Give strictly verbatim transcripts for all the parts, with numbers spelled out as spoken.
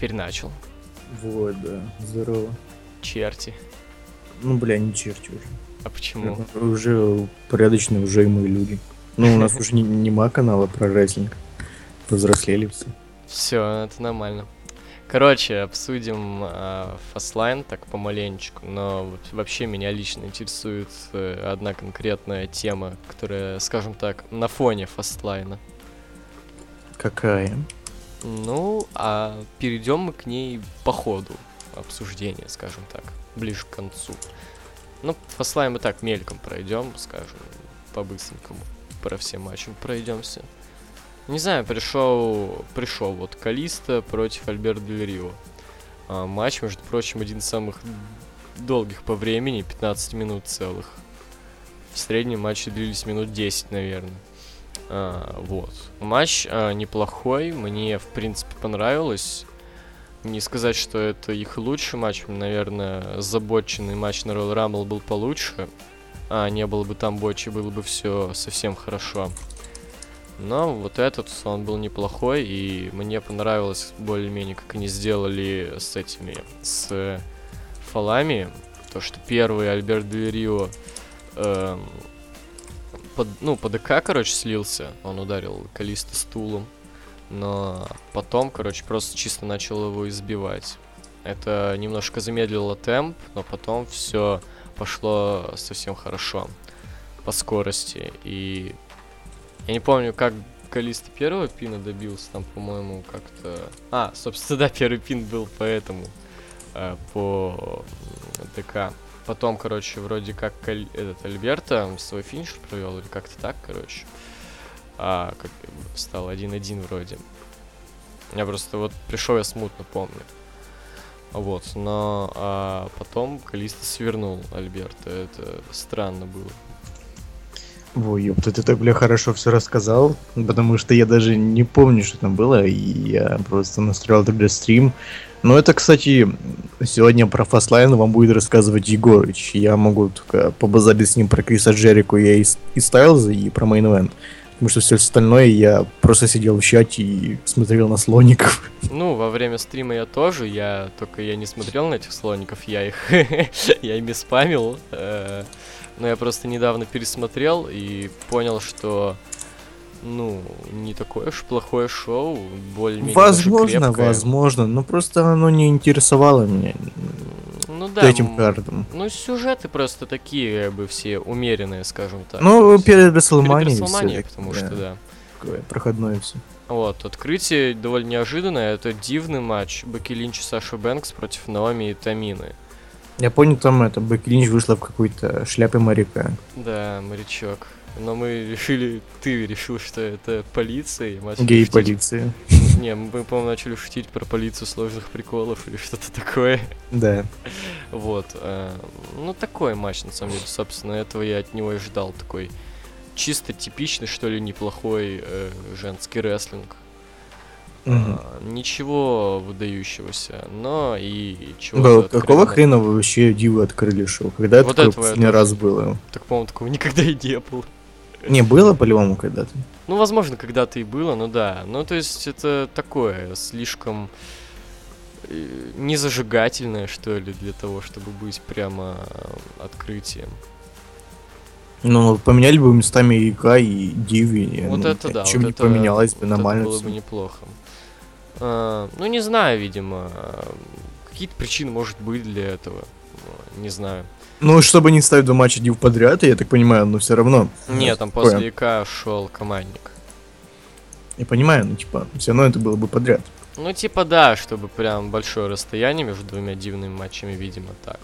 теперь начал. Вот, да, здорово. Черти. Ну, бля, не черти уже. А почему? Уже порядочные, уважаемые люди. Ну, у нас уже не- нема канала про рестлинг. Повзрослели все. Все, это нормально. Короче, обсудим э, Fastlane так помаленечку, но вот вообще меня лично интересует э, одна конкретная тема, которая, скажем так, на фоне Fastlane. Какая? Ну, а перейдем мы к ней по ходу обсуждения, скажем так, ближе к концу. Ну, Fastlane мы так мельком пройдем, скажем, по-быстренькому. Про все матчи пройдемся. Не знаю, пришел, пришел вот Калиста против Альберто Дель Рио. А, матч, между прочим, один из самых долгих по времени, пятнадцать минут целых. В среднем матчи длились минут десять, наверное. А, вот. Матч а, неплохой, мне, в принципе, понравилось. Не сказать, что это их лучший матч, наверное, забоченный матч на Royal Rumble был получше. А, не было бы там бочи, было бы все совсем хорошо. Но вот этот, он был неплохой, и мне понравилось более-менее, как они сделали с этими, с фолами. То, что первый Альберто Дель Рио эм, под, ну, по ДК, короче, слился. Он ударил Калиста стулом. Но потом, короче, просто чисто начал его избивать. Это немножко замедлило темп, но потом все пошло совсем хорошо по скорости. И я не помню, как Калиста первого пина добился, там, по-моему, как-то... А, собственно, да, первый пин был по этому, э, по ДК. Потом, короче, вроде как Каль... этот Альберто свой финиш провел, или как-то так, короче. А, как стал один-один вроде. Я просто вот пришел, я смутно помню. Вот, но а потом Калиста свернул Альберто. Это странно было. Ой, ёпта, ты так, бля, хорошо все рассказал, потому что я даже не помню, что там было, и я просто настроил тогда стрим. Но это, кстати, сегодня про Fastlane вам будет рассказывать Егорыч. Я могу только побазарить с ним про Криса Джерико и, и Стайлза, и про Main Event. Потому что все остальное я просто сидел в чате и смотрел на слоников. Ну, во время стрима я тоже, я только я не смотрел на этих слоников, я их я ими спамил. Но я просто недавно пересмотрел и понял, что, ну, не такое уж плохое шоу, более-менее Возможно, даже крепкое. возможно, но просто оно не интересовало меня. Ну да, этим м, картом. ну сюжеты просто такие, как бы, все умеренные, скажем так. То Ну, есть перед WrestleMania, перед WrestleMania, всё-таки, потому да, что, да. такое проходное все. Вот, открытие довольно неожиданное, это дивный матч Бекки Линч и Саши Бэнкс против Наоми и Тамины. Я помню, там это Бекки Линч вышла в какой-то шляпе моряка. Да, морячок. Но мы решили, ты решил, что это полиция. и мы начали шутить. Гей-полиция. Не, мы, по-моему, начали шутить про полицию сложных приколов или что-то такое. Да. Вот. э, Ну, такой матч, на самом деле. Собственно, этого я от него и ждал. Такой чисто типичный, что ли, неплохой э, женский рестлинг. Мгм. А, ничего выдающегося, но и Да, чего-то какого откровенно- хрена вы вообще Диву открыли шоу? Когда это Вот такое этого я последний тоже- раз было? Так, по-моему, такого никогда и не было. Не, было по-любому когда-то. Ну, возможно, когда-то и было, но да. Ну, то есть, это такое, слишком э, незажигательное, что ли, для того, чтобы быть прямо э, открытием. Ну, поменяли бы местами и Ика, и Диви. Вот ну, это да. Чем вот не это, поменялось бы, вот нормально это было всё. бы неплохо. А, ну, не знаю, видимо. а, Какие-то причины, может быть, для этого. Ну, не знаю. Ну, чтобы не ставить два матча Див подряд, я так понимаю, но все равно. Нет, там такое. после ИК шел командник. Я понимаю, ну, типа, все равно это было бы подряд. Ну, типа, да, чтобы прям большое расстояние между двумя дивными матчами, видимо, так.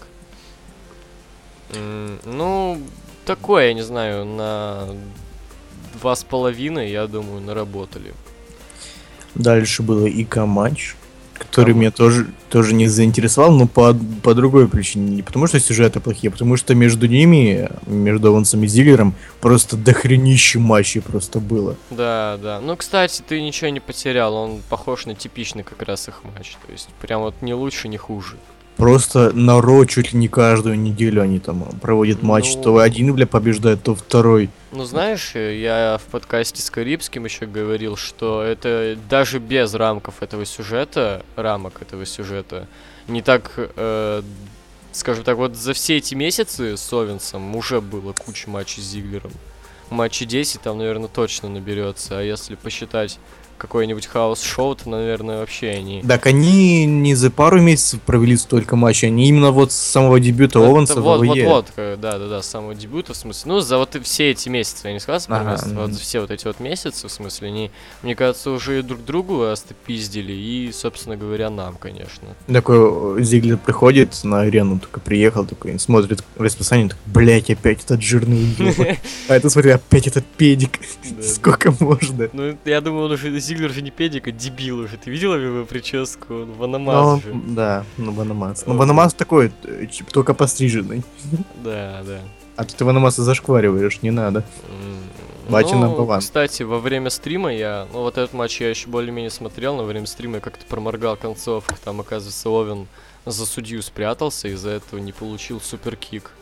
М, Ну, такое, я не знаю, на два с половиной, я думаю, наработали. Дальше было Ика матч, который Кого? меня тоже, тоже не заинтересовал, но по, по другой причине. Не потому что сюжеты плохие, а потому что между ними, между Оуэнсом и Зиллером, просто дохренище матчей просто было. Да, да. Ну, кстати, ты ничего не потерял, он похож на типичный как раз их матч. То есть, прям вот не лучше, не хуже. Просто на Ро чуть ли не каждую неделю они там проводят матч. Ну- То один, бля, побеждает, то второй. Ну, знаешь, э, я в подкасте с Карибским еще говорил, что это даже без рамков этого сюжета, рамок этого сюжета, не так, э, скажем так, вот за все эти месяцы с Овенсом уже было куча матчей с Зиглером. Матчей десять там, наверное, точно наберется, а если посчитать какое-нибудь хаос-шоу, то, наверное, вообще они... Так они не за пару месяцев провели столько матчей, они именно вот с самого дебюта Это Оуэнса в вот, вот, АВЕ. вот, э, да, да, да, с самого дебюта, в смысле, ну, за вот и все эти месяцы, я не сказал, про Ага, месяц, вот м. за все вот эти вот месяцы, в смысле, они, мне кажется, уже и друг другу остопиздили, и, собственно говоря, нам, конечно. Такой э, Зиглер приходит на арену, только приехал, такой, смотрит расписание, такой, блять, опять этот жирный уёбок. А это, смотри, опять этот педик. Да, Сколько можно? Ну, я думаю, он уже, Зиглер же не педик, а дебил уже. Ты видела его прическу? Он Ну, Ванамас он- же. да, ну Ванамас. Ну Ой. Ванамас такой, э, типа, только постриженный. Да, да. А тут ты Ванамаса зашквариваешь, не надо. М, Батя ну, number one. кстати, во время стрима я... Ну, вот этот матч я еще более-менее смотрел, но во время стрима я как-то проморгал концовку. Там, оказывается, Овен за судью спрятался, из-за этого не получил суперкик.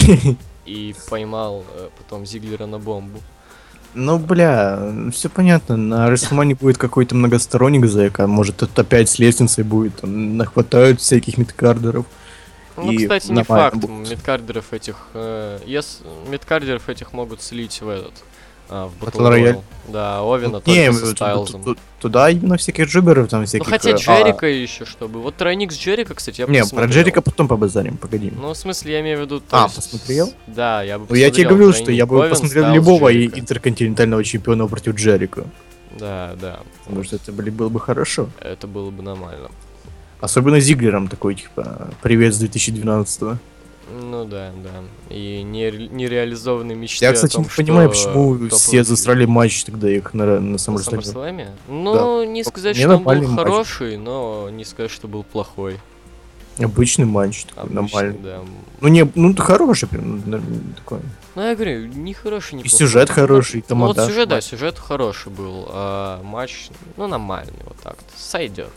И поймал э, потом Зиглера на бомбу. Ну, бля, все понятно. На Рестлмане будет какой-то многосторонник зэк, а может это опять с лестницей будет. Там нахватают всяких мидкардеров. Ну, И кстати, не нормально факт. будет. Медкардеров этих... Э, ес- медкардеров этих могут слить в этот... а, в Battle Battle Royale? Royale. Да, Овена Не, только ту- со ту- Стайлзом. ту- туда именно всяких джуберов, там Ну, всяких... хотя э, Джерика еще, чтобы... Вот тройник с Джерика, кстати, я а, Не, про посмотрел. Джерика потом побазарим, погоди. Ну, в смысле, я имею в виду... то А, есть- посмотрел? Да, я бы Ну, я тебе посмотрел говорил, что тройник я бы Овен, посмотрел Стайлз, любого и- Джерика. интерконтинентального чемпиона против Джерика. Да, да. Потому что это были- было бы хорошо. Это было бы нормально. Особенно Зиглером такой, типа, привет с две тысячи двенадцатого. Ну да, да. И нере- нереализованные мечты Я, о кстати, том, не понимаю, что почему топовый все засрали матч тогда их на, на На SummerSlam. SummerSlam? Ну, не сказать, Мне что он был нормальный матч. хороший, но не сказать, что был плохой. Обычный матч, такой, Обычный, нормальный. да. Ну, не, ну, это хороший прям, ну, такой. Ну, я говорю, не хороший, не И плохой. сюжет хороший, и Ну, вот тамадаш. сюжет, да, сюжет хороший был, а матч, ну, нормальный, вот так-то, сойдет.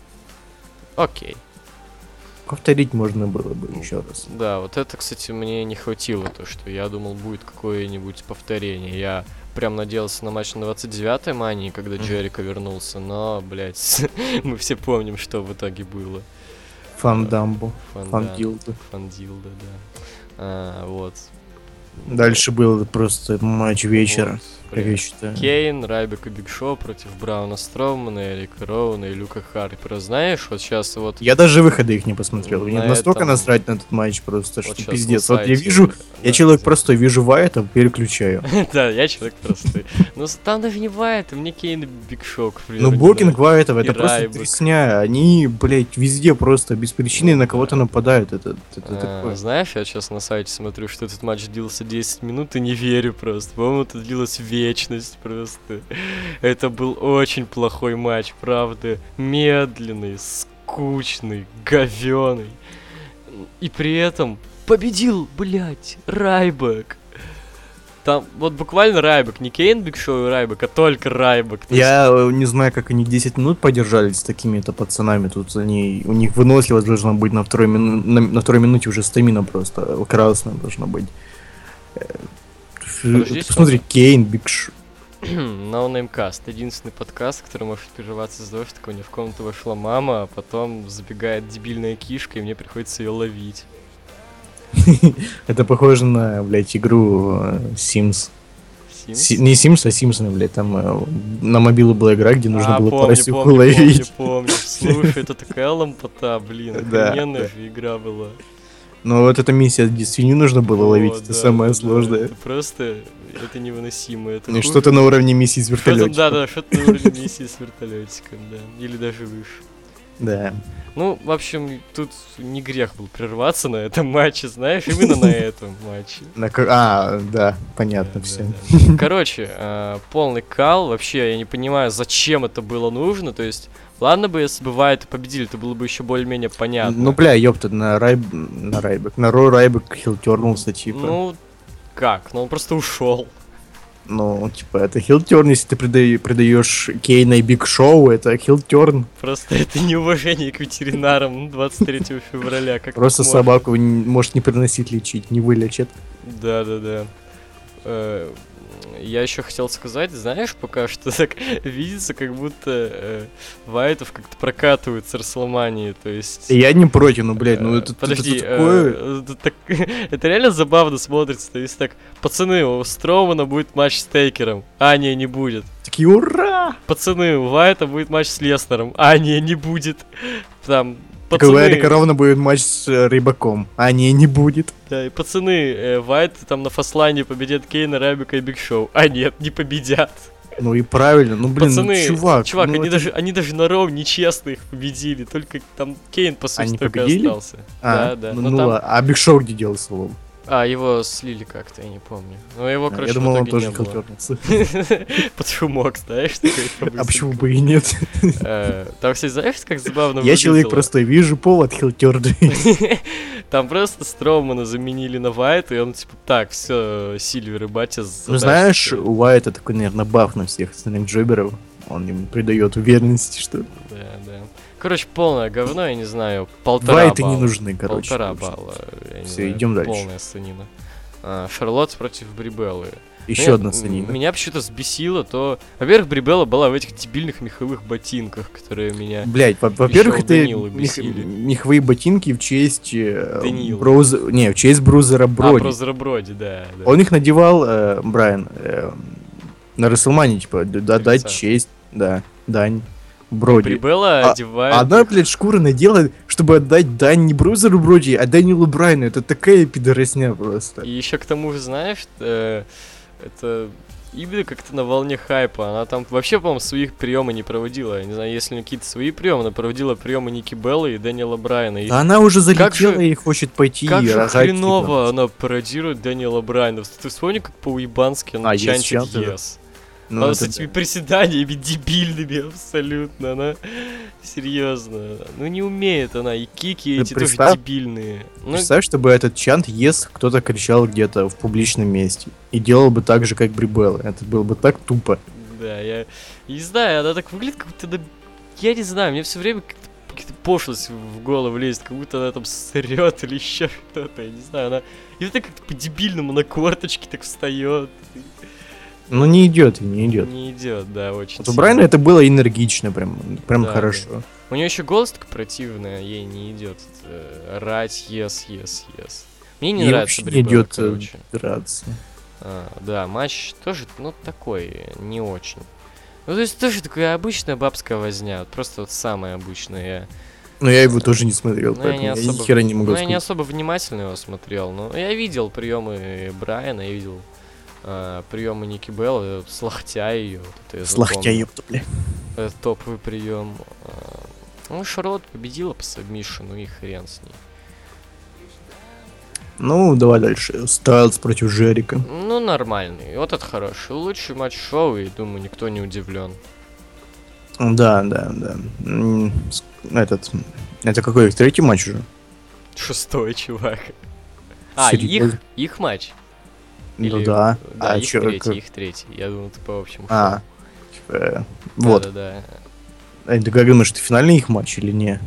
Окей. Повторить можно было бы еще раз. Да, вот это, кстати, мне не хватило, то, что я думал, будет какое-нибудь повторение. Я прям надеялся на матч на двадцать девятой мании, когда Мгм. Джерика вернулся, но, блядь, мы все помним, что в итоге было. Фандамбо, Фан- фангилды. Фандилда, да. А, вот. Дальше был просто матч вечера, Вот, как я блин. считаю. Кейн, Райбек и Биг Шоу против Брауна Строумана, Эрика Роуна и Люка Харпера. Знаешь, вот сейчас вот... Я даже выходы их не посмотрел. Мне На настолько этом- насрать на этот матч просто, что вот щас пиздец. на Вот я сайте, вижу, да, я человек где- простой, вижу Вайта, переключаю. Да, я человек простой. Но с- там даже не Вайт, мне Кейн и Биг Шоу, к примеру, Ну, не бокинг нравятся. Вайтов, это И просто Райбек. тресня. Они, блядь, везде просто без причины Ну, на кого-то да. нападают. Это, это А, такое. Знаешь, я сейчас на сайте смотрю, что этот матч длился десять минут и не верю просто. По-моему, это длилась вечность просто. Это был очень плохой матч, правда. Медленный, скучный, говёный. И при этом победил, блядь, Райбек. Там вот буквально Райбек, не Кейн Биг Шоу и Райбек, а только Райбек. То есть- Я э, не знаю, как они десять минут подержались с такими-то пацанами. Тут они, у них выносливость должна быть на второй, мину, на, на второй минуте уже стамина просто красная должна быть. Э, Подожди, ты Посмотри, Кейн, Биг Ш... No Name Cast. Единственный подкаст, который может прерываться из-за того, что ко мне в комнату вошла мама, а потом забегает дебильная кишка, и мне приходится ее ловить. Это похоже на, блядь, игру э, Sims. Sims? Си- не Sims, а Симпсоны, блядь. Там э, на мобилу была игра, где нужно А, было помню, поросюху помню, ловить. помню, помню. Слушай, это такая лампота, блин, Да, охрененная да. же игра была. Но вот эта миссия действительно нужно было О, ловить, это да, самое да, да, сложное. это просто, это невыносимо. Это Ну и хуже. что-то на уровне миссии с Что-то, вертолетом. да, да, что-то на уровне миссии с вертолетиком, да. Или даже выше. Да. Ну, в общем, тут не грех был прерваться на этом матче, знаешь, именно на этом матче. На ка- А, да, понятно Да, все. да, да. Короче, э, полный кал. Вообще, я не понимаю, зачем это было нужно. То есть, ладно бы, если бы Вайт победили, это было бы еще более-менее понятно. Ну, бля, ёпта, на Райб... на Райбек. На Ро Райбек хилтернулся, типа. Ну, как? Ну, он просто ушел. Ну, типа, это хилтерн, если ты прида- придаешь Кейна и Биг Шоу, это хилтерн. Просто это неуважение к ветеринарам двадцать третьего февраля. Как Просто так можно? собаку не- может не приносить лечить, не вылечит. Да-да-да. Э, Я еще хотел сказать, знаешь, пока что так видится, как будто э, Вайтов как-то прокатывают с Расселмании, то есть... Я не против, ну, блядь, ну Э, это, Подожди, это такое... э, это, так- это реально забавно смотрится. То есть так, пацаны, у Строумана будет матч с Тейкером. А, не, не будет. Такие, ура! Пацаны, у Вайта будет матч с Леснером. А, не, не будет. Там, Так у пацаны... Эрика ровно будет матч с э, Рыбаком. А не, не будет. Да, и пацаны, э, Вайт там на фаслайне победят Кейна, Рабика и Биг Шоу. А нет, не победят. Ну и правильно, ну блин, Пацаны, ну, чувак. чувак, ну, они, это- даже, они даже на Роу нечестно их победили. Только там Кейн, по сути, Они только победили? остался. А, да, да. ну, Но ну там- ладно. А Биг Шоу где делался, лол? А, его слили как-то, я не помню. Но его, короче, Я думал, в он итоге тоже не было. хилтернется. Под шумок, знаешь, такой А по-быстрому. почему бы и нет? Э, Там, кстати, знаешь, как забавно Я человек выглядело? простой, вижу повод хилтерды. Там просто Строумана заменили на Вайта, и он типа, так, все, Сильвер и Батя Ну знаешь, у Уайта такой, наверное, баф на всех остальных джоберов. Он им придает уверенности, что Да, да. Короче, полное говно, я не знаю, полтора Вайты балла. не нужны, короче. Полтора вообще. балла. я не Всё, знаю, идём дальше. Полная станина. А, Шарлотт против Брибеллы. Еще Меня- одна санина. Меня почему-то взбесило то... Во-первых, Брибелла была в этих дебильных меховых ботинках, которые меня... Блять, во- во-первых, Ещё у это Данилы мех- бесили. меховые ботинки в честь э, Данилы. Броуза- Не, в честь Брузера А, Броди. про Зроброди, да. да. Он их надевал, э, Брайан, э, на Расселмане, типа, д- д- дать Тридцать. честь, да, дань Броди. Брибелла А- одевает... А одна, блядь, шкура надела, чтобы отдать дань не Брузеру Броди, а Данилу Брайану. Это такая пидоросня просто. И еще к тому же, знаешь, э, это именно как-то на волне хайпа. Она там вообще, по-моему, своих приемы не проводила. Я не знаю, если у нее какие-то свои приемы, она проводила приемы Ники Белла и Дэниела Брайана. И А она уже залетела же- и хочет пойти как и же рожать, хреново типа. она пародирует Дэниела Брайана. Ты вспомни, как по-уебански она А, yes, чантит чантит. yes. Ну, Она это с этими приседаниями дебильными абсолютно. Она серьезно. Ну не умеет она. И кики Ты эти представь- тоже дебильные. Ну, Представь, чтобы этот чант «Ес» кто-то кричал где-то в публичном месте. И делал бы так же, как Брибелла. Это было бы так тупо. да, я не знаю, она так выглядит, как будто она... Я не знаю, мне все время как-то какие-то пошлость в голову лезет, как будто она там срет или еще что-то, я не знаю, она... И вот так как-то по-дебильному на корточке так встает. Ну не идет и не идет. Не идет, да, очень Вот у сильно. Брайана это было энергично, прям, прям Да, хорошо. У нее еще голос такой противный, а ей не идет. э, Рать, yes, yes, yes. Мне не Ей нравится вообще не Брибелла, идет э, короче. драться. А, да, матч тоже, ну, такой, не очень. Ну, то есть тоже такая обычная бабская возня, вот просто вот самая обычная. Но я его тоже не смотрел, Ну, я поэтому не я ни особо, хера не могу ну, я не сказать. особо внимательно его смотрел, но я видел приемы Брайана, я видел а, приемы Ники Белла, с локтя ее. Вот это я С локтя, запомнил. ёпта, бля. Это топовый прием. А, ну, Шарлотт победила по сабмишину, и хрен с ней. Ну, давай дальше. Стайлз против Жерика. Ну, нормальный. Вот это хороший. Лучший матч шоу, и думаю, никто не удивлен. Да, да, да. М, с- Этот... Это какой их третий матч уже? Шестой, чувак. А, их, Серьёзно? их матч. Ну Или- да. Да, А их чё, третий, как- их третий. Я думал, ты по общему А, типа, э, вот. Да, да, Эй, ты как думаешь, это финальный их матч или не?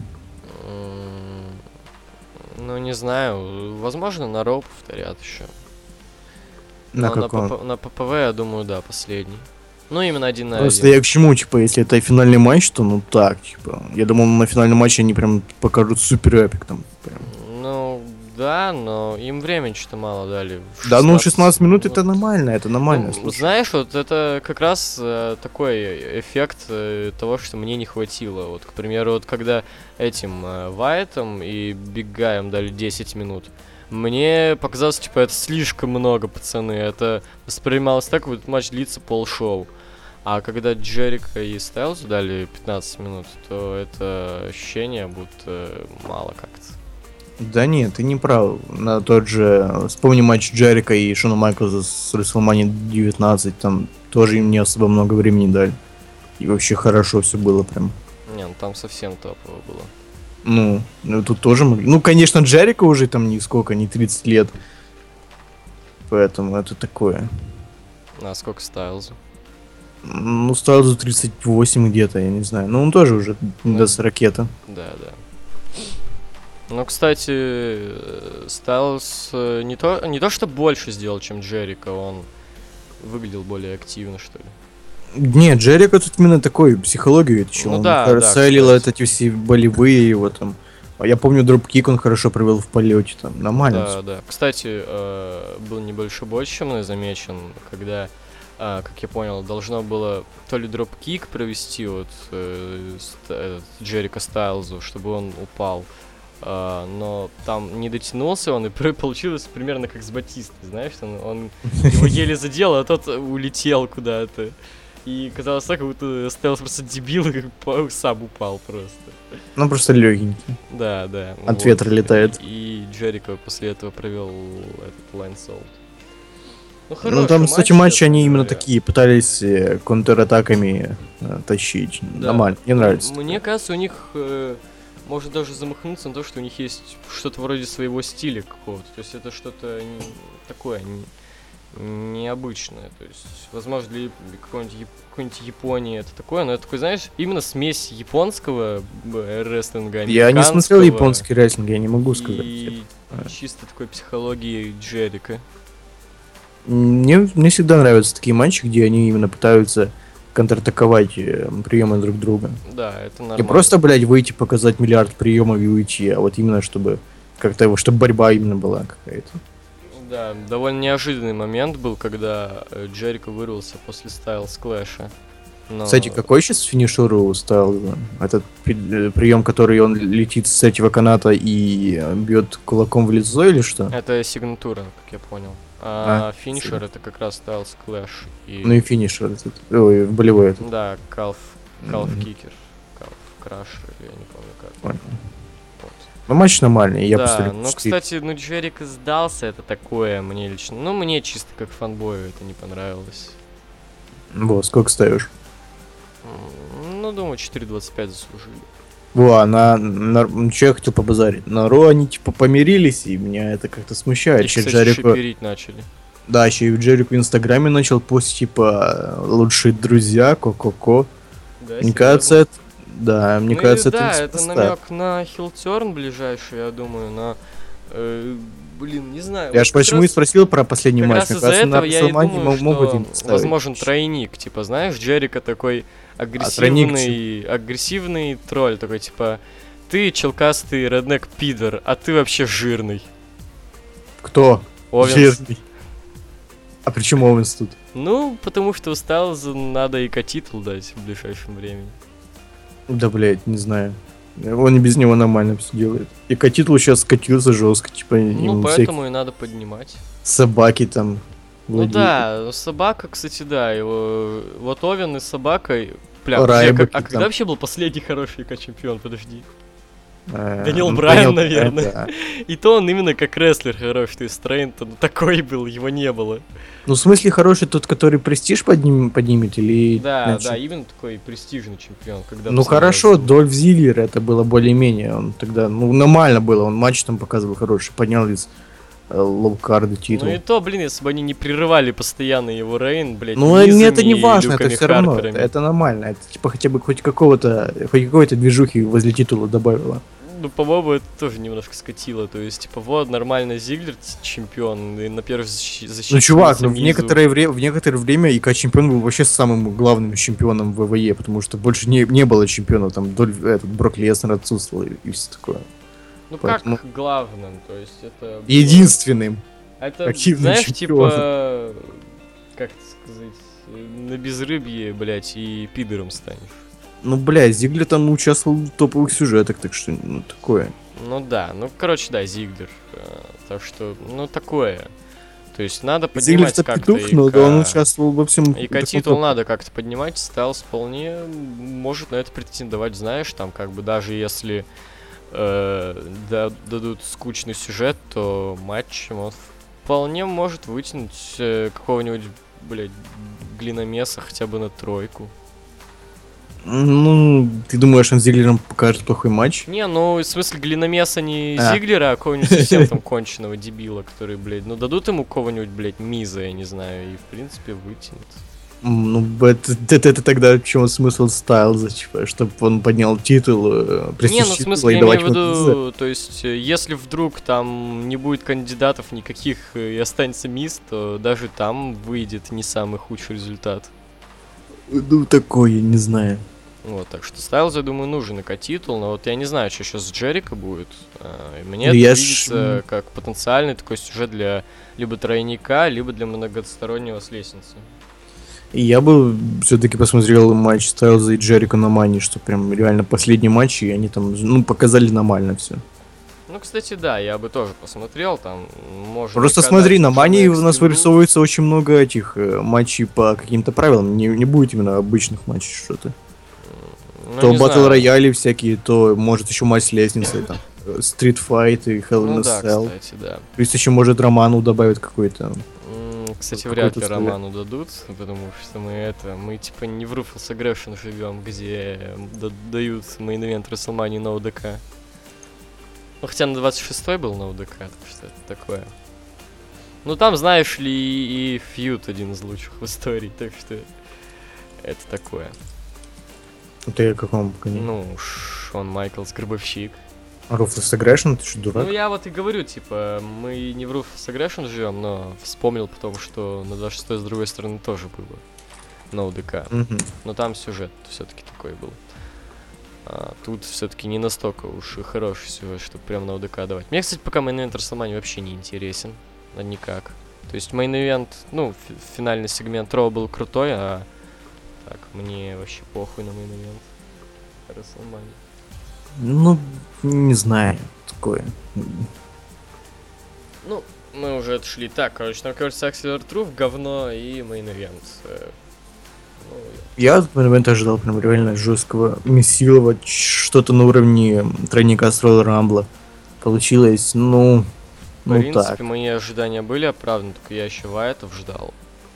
Ну, не знаю. Возможно, на Роу повторят еще. На Но каком? на, ПП на ППВ, я думаю, да, последний. Ну, именно один на Просто один. я к чему, типа, если это финальный матч, то ну так, типа. Я думал, на финальном матче они прям покажут супер эпик там. Прям. Ну, да, но им времени что-то мало дали. Да, ну шестнадцать минут это вот. нормально, это нормально. Ну, слушай. знаешь, вот это как раз э, такой эффект э, того, что мне не хватило. Вот, к примеру, вот когда этим э, Вайтом и Биг Гаем дали десять минут, мне показалось, типа, это слишком много, пацаны. Это воспринималось так, вот этот матч длится полшоу. А когда Джерика и Стайлзу дали пятнадцать минут, то это ощущение будто мало как-то. Да нет, ты не прав. На тот же... Вспомни матч Джерика и Шона Майклза с WrestleMania девятнадцать, там тоже им не особо много времени дали. И вообще хорошо все было прям. Не, ну там совсем топово было. Ну, ну тут тоже могли. Ну, конечно, Джерика уже там не сколько, не тридцать лет. Поэтому это такое. А сколько Стайлзу? Ну, Стайлзу тридцать восемь где-то, я не знаю. Но он тоже уже Ну, даст ракета. Да, да. Ну, кстати, э, Стайлз э, не то, не то, что больше сделал, чем Джерико, он выглядел более активно, что ли. Нет, Джерико тут именно такой психологию отличил. Ну Он да, хор- да, селил кстати. эти все болевые его там. А я помню, дропкик он хорошо провел в полете там. Нормально. Да, всё. да. Кстати, э, был небольшой бой, чем мной замечен, когда, а, как я понял, должно было то ли дропкик провести вот э, ст- этот Джерико Стайлзу, чтобы он упал, а, но там не дотянулся он, и пр- получилось примерно как с Батистой, знаешь, он, он его еле задел, а тот улетел куда-то. И казалось так, как будто Стайлз просто дебил, и па- сам упал просто. Ну, просто легенький. Да, да. От ветра летает. И Джерико после этого провел этот лайнсолт. Ну, Ну, хороший там, кстати, матч, матчи, честно они именно говоря. такие, пытались э, контратаками э, тащить. Да. Нормально, мне нравится. Мне кажется, у них э, может даже замахнуться на то, что у них есть что-то вроде своего стиля какого-то. То есть это что-то не- такое не- необычное. То есть, возможно, для яп- какой-нибудь, яп- какой-нибудь Японии это такое, но это такой, знаешь, именно смесь японского б- рестлинга, Я не смотрел американского японский рестлинг, я не могу сказать. и чисто такой психологии Джерика. Мне, мне всегда нравятся такие матчи, где они именно пытаются контратаковать э, приемы друг друга. Да, это Не нормально. просто, блядь, выйти, показать миллиард приемов и уйти, а вот именно чтобы как-то его, чтобы борьба именно была какая-то. Да, довольно неожиданный момент был, когда э, Джерико вырвался после Стайлз Клэша. Но... Кстати, какой сейчас финишер у Стайлза? Этот прием, который он летит с третьего каната и э, бьет кулаком в лицо или что? Это сигнатура, как я понял. А, А, финишер сигна- это как раз Стайлз Клэш. И... Ну и финишер этот. Ой, болевой этот. Да, Калф, Калф Мгм. Кикер. Калф Крашер, я не помню как. Понял. Вот. Ну матч нормальный, я да, поставлю ну, четыре. кстати, ну Джерико сдался, это такое мне лично. Ну, мне чисто как фанбою это не понравилось. Вот, сколько ставишь? М, Ну, думаю, четыре двадцать пять заслужили. Во, на, на, ну, чё я хотел побазарить. На Ро они типа помирились, и меня это как-то смущает. Их, Еще кстати, Джерико, шиперить начали. да, еще и Джерико в Инстаграме начал постить, типа, лучшие друзья, ко-ко-ко. Да, Мне серьёзно? кажется, это, да, мне Ну и кажется, да, это это неспроста. намек на хилтерн ближайший, я думаю, на... э, блин, не знаю. Я вот ж как почему и раз- спросил про последний Как матч. раз Мне из-за кажется, на этого я и Расселмане думаю, мо- могут им что поставить. возможен тройник. Типа, знаешь, Джерико такой агрессивный, агрессивный тролль, такой, типа, ты челкастый реднек пидор, а ты вообще жирный. Кто? Овенс. Жирный. А почему Оуэнс тут? Ну, потому что устал, надо и титул дать в ближайшем времени. Да, блядь, не знаю. Он и без него нормально все делает. И Катитл сейчас скатился жестко, типа, Ну, ему поэтому и надо поднимать. всякие собаки там. Ну владеют. да, ну, собака, кстати, да, его... Вот Овен и собака... Бля, Райбаки подожди, а, а там. когда вообще был последний хороший ка-чемпион? Подожди. А, Дэниел ну, Брайан, Дэниел наверное. да. И то он именно как рестлер хороший, то есть Трейн-то ну, такой был, его не было. Ну, в смысле, хороший тот, который престиж подним, поднимет, или... Да, значит, да, именно такой престижный чемпион. Когда Ну, в самом хорошо, разу- Дольф Зиглер, это было более-менее. Он тогда, ну, нормально было, он матч там показывал хороший, поднял из э, лоу-карда титул. Ну и то, блин, если бы они не прерывали постоянно его рейн, блядь, Ну, мне низами это не и важно, это Люками все равно, это, Харперами. это нормально. Это типа хотя бы хоть какого-то, хоть какой-то движухи возле титула добавило. Ну, по-моему, это тоже немножко скатило. То есть, типа, вот, нормально Зиглер т- чемпион, и на первой защи- защите... Ну, чувак, ну, в Мизу. некоторое, вре- в некоторое время ИК чемпион был вообще самым главным чемпионом в ВВЕ, потому что больше не, не было чемпиона, там Дольф, этот, Брок Леснер отсутствовал и, и все такое. Ну, поэтому- как главным, то есть, это... было- Единственным. Это, активным знаешь, чемпионом. типа... Как это сказать? э, На безрыбье, блядь, и пидором станешь. Ну, бля, Зиглер там участвовал в топовых сюжетах, так что, ну, такое. Ну да, ну, короче, да, Зиглер. э, Так что, ну, такое. То есть, надо поднимать Зиглер-то как-то петух, но да, он ИК. участвовал во всем. И таком титул топ- надо как-то поднимать, Стайлз вполне может на это претендовать, знаешь, там как бы даже если э, да- дадут скучный сюжет, то матчем он вполне может вытянуть э, какого-нибудь, блядь, глиномеса хотя бы на тройку. Ну, ты думаешь, он с Зиглером покажет плохой матч? Не, ну, в смысле, глиномеса не А. Зиглера, а какого-нибудь совсем там конченого дебила, который, блядь, ну, дадут ему кого-нибудь, блядь, Миза, я не знаю, и, в принципе, вытянет. М, Ну, это, это, это тогда в чем смысл Стайлза, типа, чтобы он поднял титул, э, престиж Не, ну, в титула смысле, и я давать имею в ему Миза? виду, то есть, э, если вдруг там не будет кандидатов никаких э, и останется Миз, то даже там выйдет не самый худший результат. Ну, такое, не знаю. Вот, так что Стайлзу, я думаю, нужен и титул, но вот я не знаю, что сейчас с Джерико будет. А, и мне Ну, это я ж- видится как потенциальный такой сюжет для либо тройника, либо для многостороннего с лестницы. И я бы все-таки посмотрел матч Стайлза и Джерико на Мани, что прям реально последний матч, и они там, ну, показали нормально все. Ну, кстати, да, я бы тоже посмотрел, там, может... Просто смотри, на Мани у нас вырисовывается очень много этих э, матчей по каким-то правилам, не, не будет именно обычных матчей что-то. То батл рояли всякие, то может еще матч с лестницей, там, стритфайт и Hell in Ну a да, Cell. кстати, да. Плюс еще может Роману добавить какой-то. М, Кстати, Какой-то вряд ли условие. Роману дадут, потому что мы это, мы типа не в Ruthless Aggression живем, где да- дают мейн-ивент WrestleMania на ОДК. Ну, хотя на двадцать шестой был на ОДК, так что это такое. Ну, там, знаешь ли, и фьюд один из лучших в истории, так что это такое. Ты о каком коне? Ну, Шон Майклс, Гробовщик. Ruthless Aggression, ты что, дурак? Ну, я вот и говорю, типа, мы не в Ruthless Aggression живем, но вспомнил потом, что на двадцать шестой с другой стороны тоже было на ОДК. Мгм. Но там сюжет все-таки такой был. А тут все-таки не настолько уж и хороший сюжет, чтобы прям на ОДК давать. Мне, кстати, пока мейн-ивент WrestleMania вообще не интересен. А никак. То есть мейн-ивент, ну, фи- финальный сегмент Ро был крутой, а так, мне вообще похуй на мейн-ивент WrestleMania. Ну, не знаю, такое. Ну, мы уже отшли. Так, короче, нам кажется, Axel Truth говно и мейн-ивент. Э, ну, Я от момента ожидал прям реально жесткого месилова, что-то на уровне тройника с Royal Rumble. Получилось, ну, В ну принципе, так. мои ожидания были оправданы, только я еще Вайтов ждал.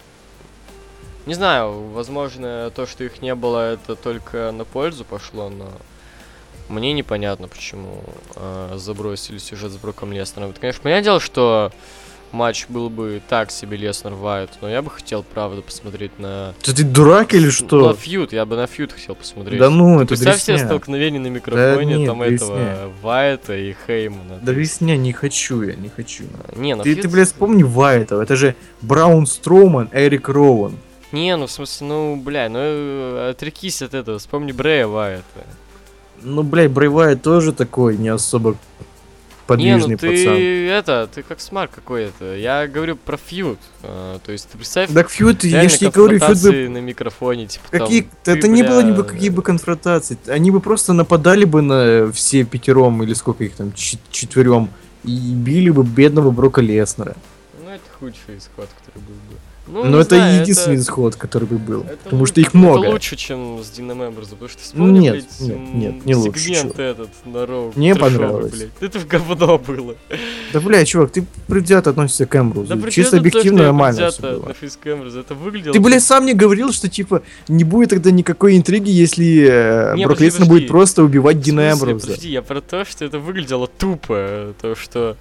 Не знаю, возможно, то, что их не было, это только на пользу пошло, но мне непонятно, почему э, забросили сюжет с Броком Леснером. Это, конечно, понятное дело, что матч был бы так себе Леснер-Вайт, но я бы хотел, правда, посмотреть на... Да ты дурак или что? На фьюд, я бы на фьюд хотел посмотреть. Да ну, Ты это представь себе дресня. столкновение на микрофоне, нет, там дресня. этого Вайта и Хеймана. Да весня, не хочу я, не хочу. Не, на Ты, фьюд- ты, блядь, вспомни Вайта, это же Браун Строуман, Эрик Роуэн. Не, ну в смысле, ну, бля, ну э, отрекись от этого, вспомни Брэя Вайта. Ну, блядь, Брэй Вайт тоже такой не особо подвижный Не, ну ты пацан. это, ты как смарт какой-то. Я говорю про фьюд. А, то есть ты представь, Так фьюд, я реально ж не говорю, фьюд бы... конфронтации на микрофоне, типа Какие... там, ты, это не бля, было ни бы какие бы конфронтации. Они бы просто нападали бы на все пятером, или сколько их там, чет- четверем, и били бы бедного Брока Леснера. Ну это худший исход, который был бы. Ну, Но не это знаю, единственный исход, который бы был. это Потому лу- что их это много. лучше, чем с Дином Эмброзом, потому что вспомни, Нет, блядь, нет, м, нет, не лучше, сегмент чё. этот на Роу. Мне трэшовый, понравилось. блядь. Это в говно было. Да, бля, чувак, ты предвзято относишься к Эмбрузу. Да при Чисто чём тут то, объективно что я нормально предвзято все было. отношусь к Эмброзу? Это выглядело... Ты, как- блядь, сам не говорил, что, типа, не будет тогда никакой интриги, если э, Не, Брок подожди, Леснер будет подожди. просто убивать В Дина смысле? Эмбруза. Подожди, я про то, что это выглядело тупо. То, что,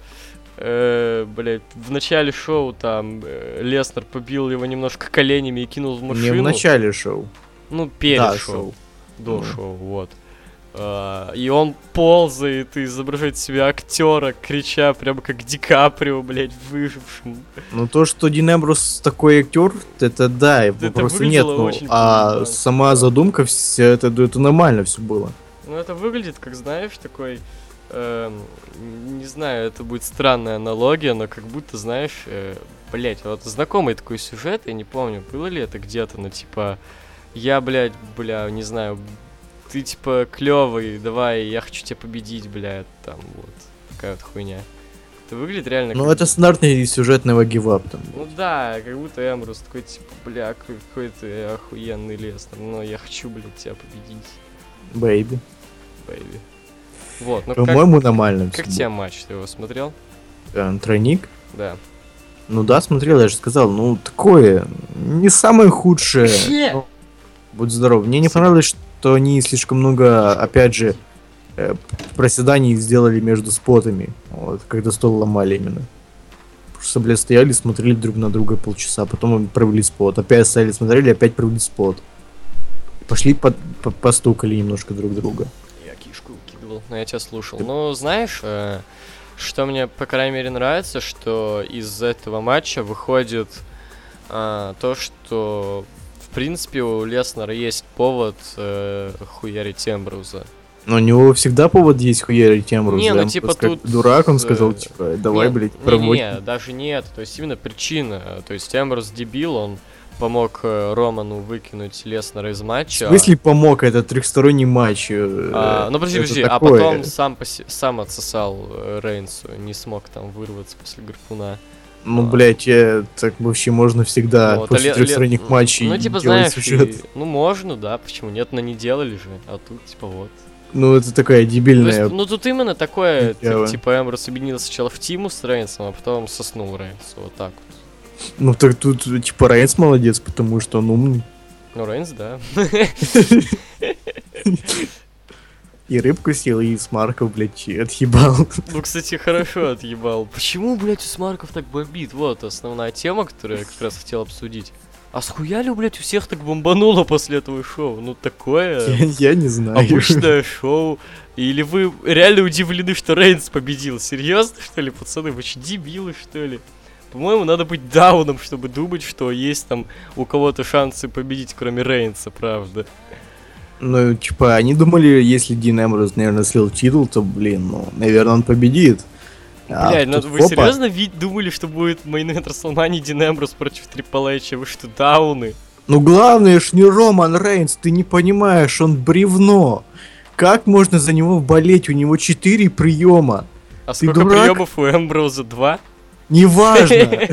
э, блядь, в начале шоу там э, Леснер побил его немножко коленями и кинул в Не машину. в начале шоу. Ну, перед Да, шоу. шоу. До Ну. шоу, вот. А, и он ползает и изображает себя актера, крича прямо как Ди Каприо, блядь, выжившим. Ну то, что Дин Эмбрус такой актер, это да, Это просто нет. выглядело Ну, очень а по-ебански, сама да. задумка, вся это, это нормально все было. Ну, это выглядит, как, знаешь, такой... эм, не знаю, это будет странная аналогия, но как будто, знаешь... Э, блять, вот знакомый такой сюжет, я не помню, было ли это где-то, но типа... Я, блядь, бля, не знаю... Ты, типа, клевый, давай, я хочу тебя победить, блядь, там, вот. Такая вот хуйня. Это выглядит реально Ну как... это стандартный сюжетного гивап там. Ну да, как будто Эмбрус такой, типа, бля, какой, какой ты охуенный Леснер, но я хочу, блядь, тебя победить, Бэйби. бэйби. Вот, ну как... По-моему, нормально. Как всё тебе матч? Ты его смотрел? было. Э, Тройник? Да. Ну да, смотрел, я же сказал, ну такое, не самое худшее. Вообще? Ну, будь здоров. Мне не Спасибо. понравилось, что они слишком много, опять же, э, проседаний сделали между спотами, вот, когда стол ломали именно. Просто, блядь, стояли, смотрели друг на друга полчаса, потом провели спот. Опять стояли, смотрели, опять провели спот. Пошли, по по постукали немножко друг друга. Я кишку укидывал, но я тебя слушал. Ну, знаешь, э, что мне, по крайней мере, нравится, что из этого матча выходит э, то, что, в принципе, у Леснера есть повод э, хуярить Эмброуза. Но у него всегда повод есть хуярить Эмброуза. Не, ну типа тут... Дурак, он сказал, э, типа, давай, нет, блядь, не, проводь. Не, даже нет, то есть именно причина. То есть Эмброуз дебил, он помог э, Роману выкинуть Леснера из матча. В смысле помог? Это трехсторонний матч. э, А, ну подожди, это подожди, а такое. потом сам, поси- сам отсосал э, Рейнсу, не смог там вырваться после гарпуна. Ну, а. блядь, э, так вообще можно всегда Вот, после а ле- трехсторонних ле- матчей Ну, типа, делать знаешь, сюжет. и- ну можно, да, почему нет, но не делали же, а тут, типа, вот. Ну, это такая То есть, дебильная... ну тут именно такое, т- дело. типа, Эмброуз объединился сначала в тиму с Рейнсом, а потом соснул Рейнсу, вот так вот. Ну, так тут, типа, Рейнс молодец, потому что он умный. Ну, Рейнс, да. И рыбку съел, и Смарков, блядь, отъебал. Ну, кстати, хорошо отъебал. Почему, блядь, у Смарков так бомбит? Вот основная тема, которую я как раз хотел обсудить. А схуяли, блядь, у всех так бомбануло после этого шоу? Ну, такое... Я, я не знаю. Обычное шоу. Или вы реально удивлены, что Рейнс победил? Серьезно, что ли, пацаны? Вы че, дебилы, что ли? По-моему, надо быть дауном, чтобы думать, что есть там у кого-то шансы победить, кроме Рейнса, правда. Ну, типа, они думали, если Дин Эмброуз, наверное, слил титул, то, блин, ну, наверное, он победит. А Блядь, ну тут вы опа. серьезно ведь думали, что будет мейн-эвент Расселмании Дин Эмброуз против Трипл Эйча? Вы что, дауны? Ну, главное ж не Роман Рейнс, ты не понимаешь, он бревно. Как можно за него болеть? У него четыре приема. А Ты сколько дурак? приемов у Эмброуза? Два? Неважно.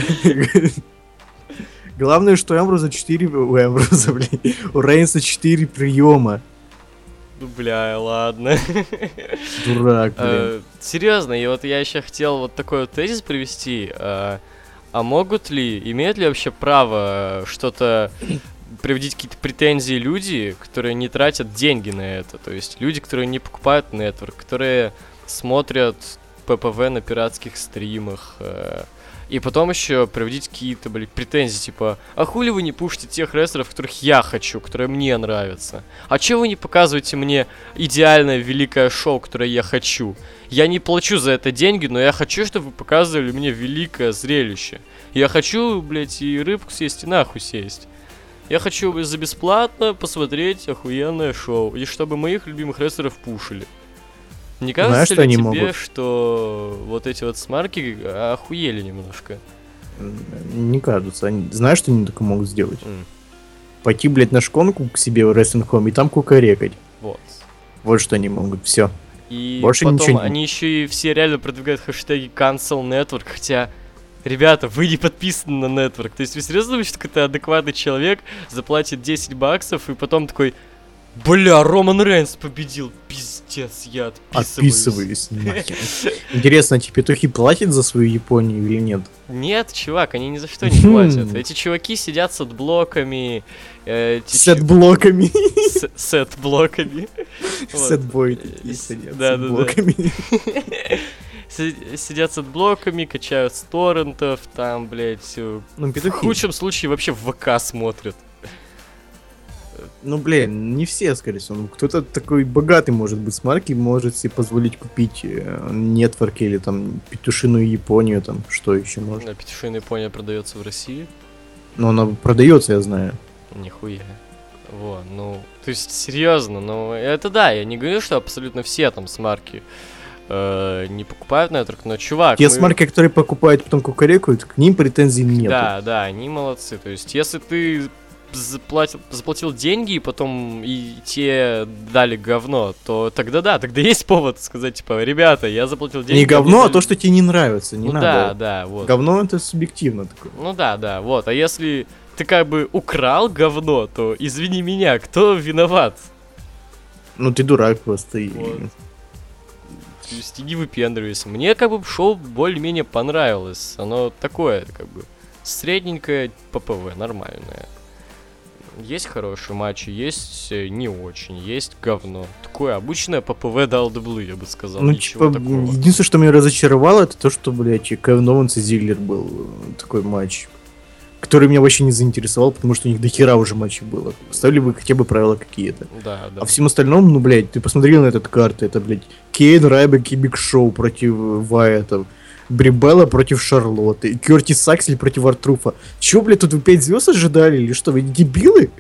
Главное, что у Эмброуза четыре... У Эмброуза, блин. У Рейнса четыре приема. Ну, бля, ладно. Дурак, блин. Э, Серьезно, и вот я еще хотел вот такой вот тезис привести. э, А могут ли, имеют ли вообще право что-то приводить какие-то претензии люди, которые не тратят деньги на это? То есть люди, которые не покупают нетворк, которые смотрят ППВ на пиратских стримах. э, И потом еще приводить какие-то, блядь, претензии, типа, а хули вы не пушите тех рестлеров, которых я хочу, которые мне нравятся? А че вы не показываете мне идеальное великое шоу, которое я хочу? Я не плачу за это деньги, но я хочу, чтобы вы показывали мне великое зрелище. Я хочу, блядь, и рыбку съесть, и нахуй сесть. Я хочу за бесплатно посмотреть охуенное шоу, и чтобы моих любимых рестлеров пушили. Не кажется Знаешь, ли что они тебе, могут? что вот эти вот смарки охуели немножко? Не кажется. Они... Знаешь, что они такое могут сделать? М, Пойти, блядь, на шконку к себе в Wrestling Home и там кукарекать. Вот. Вот что они могут. Все. И Больше потом ничего не- они еще и все реально продвигают хэштеги Cancel Network, хотя... Ребята, вы не подписаны на Network. То есть вы серьезно думаете, что какой-то адекватный человек заплатит десять баксов и потом такой... Бля, Роман Рейнс победил. Пиздец, я отписываюсь. Отписываюсь. нахер. Интересно, эти петухи платят за свою Японию или нет? Нет, чувак, они ни за что не платят. Эти чуваки сидят с отблоками. э, эти С чу- блоками. с- С отблоками. Вот. Сетбой Э, такие с- сидят да, с да, да. блоками. Си- Сидят с отблоками, качают с торрентов, там, блядь, э, Ну, в петухи. худшем случае вообще в ВК смотрят. Ну, блин, не все, скорее всего. Ну, кто-то такой богатый, может быть, с марки, может себе позволить купить э, нетворк или там петушиную Японию, там, что еще можно. Да, петушиная Япония продается в России. Но она продается, я знаю. Нихуя. Вот, ну, то есть, серьезно, ну, это да, я не говорю, что абсолютно все там смарки э, не покупают нетворк, но, чувак... Те мы- смарки, которые покупают, потом кукарекают, к ним претензий нет. Да, да, они молодцы. То есть, если ты заплатил, заплатил деньги, и потом и те дали говно, то тогда да, тогда есть повод сказать, типа, ребята, я заплатил деньги. Не говно, мне а дали- то, что тебе не нравится. Не Ну надо. да, да, вот. Говно это субъективно такое. Ну да, да, вот. А если ты как бы украл говно, то извини меня, кто виноват? Ну ты дурак просто. и- Вот. То есть не выпендривайся. Мне как бы шоу более-менее понравилось. Оно такое, как бы, средненькое ППВ, нормальное. Есть хорошие матчи, есть э, не очень, есть говно. Такое обычное ППВ дабл ю дабл ю и, я бы сказал, Ну, ничего типа, такого. единственное, что меня разочаровало, это то, что, блядь, и Кевин Оуэнс и Зиглер был э, такой матч, который меня вообще не заинтересовал, потому что у них дохера уже матчей было. Ставили бы хотя бы правила какие-то. Да, да. А всем остальном, ну, блядь, ты посмотрел на этот карты, это, блядь, Кейн, Райбек и Биг Шоу против Вайетов, Брибелла против Шарлотты, Кертис Саксель против Артруфа. Чё, блядь, тут вы пять звезд ожидали или что, вы дебилы?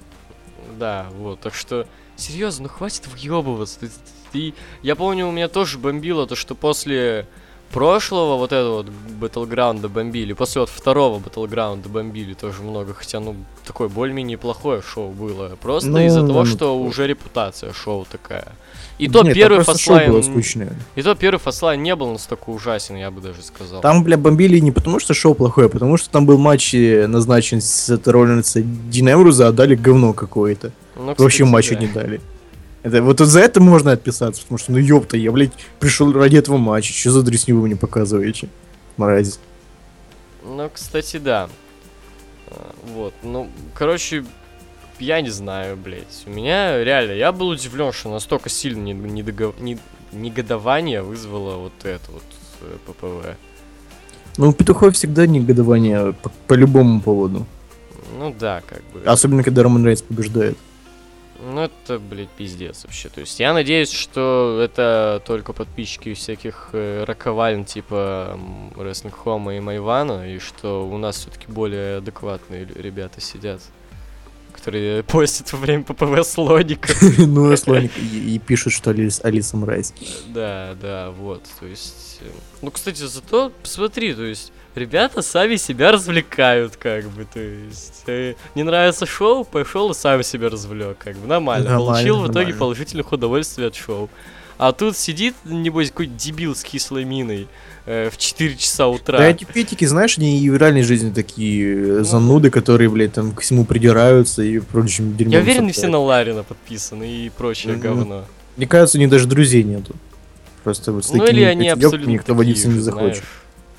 Да, вот, так что, серьезно, ну хватит въебываться. Ты, ты- я помню, у меня тоже бомбило то, что после прошлого вот этого вот Battleground бомбили, после вот второго Battleground бомбили тоже много, хотя, ну, такое более-менее плохое шоу было. Просто Ну, из-за того, ну, что такое. уже репутация шоу такая. И то Нет, там первый просто шоу было фастлайн... скучное. И то первый фастлайн не был настолько ужасен, я бы даже сказал. Там, бля, бомбили не потому, что шоу плохое, а потому что там был матч э, назначен с Сета Роллинса и Дина Эмбруза, а дали говно какое-то. Ну, Вообще кстати, матча да. не дали. Это, вот за это можно отписаться, потому что, ну ёпта, я, блядь, пришел ради этого матча, что за дресню вы мне показываете? Мразь. Ну, кстати, да. А, Вот, ну, короче, я не знаю, блядь. У меня реально, я был удивлен, что настолько сильно не- недого- не- негодование вызвало вот это вот э, ППВ. Ну, у Петухов всегда негодование по, по любому поводу. Ну да, как бы. Особенно, когда Роман Рейнс побеждает. Ну это, блядь, пиздец вообще. То есть я надеюсь, что это только подписчики всяких э, роковален типа м, Wrestling Home и Майвана, и что у нас все-таки более адекватные лю- ребята сидят, которые постят во время ППВ слоника. Ну, а слоник и, и пишут, что Алис, Алиса мразь. Да, да, вот, то есть... э, Ну, кстати, зато, посмотри, то есть, ребята сами себя развлекают, как бы, то есть... э, Не нравится шоу, пошел и сам себя развлек, как бы, нормально. Нормально, Получил в итоге нормально. положительных удовольствий от шоу. А тут сидит, небось, какой-то дебил с кислой миной э, в четыре часа утра. Да, эти петики, знаешь, они и в реальной жизни такие э, Ну. зануды, которые, блядь, там к всему придираются и прочим дерьмом. Я уверен, все собирают. на Ларина подписаны и прочее Мгм. говно. Мне кажется, у них даже друзей нету. Просто вот с Ну такими или они уёбками абсолютно никто такие водиться не же, захочет. знаешь.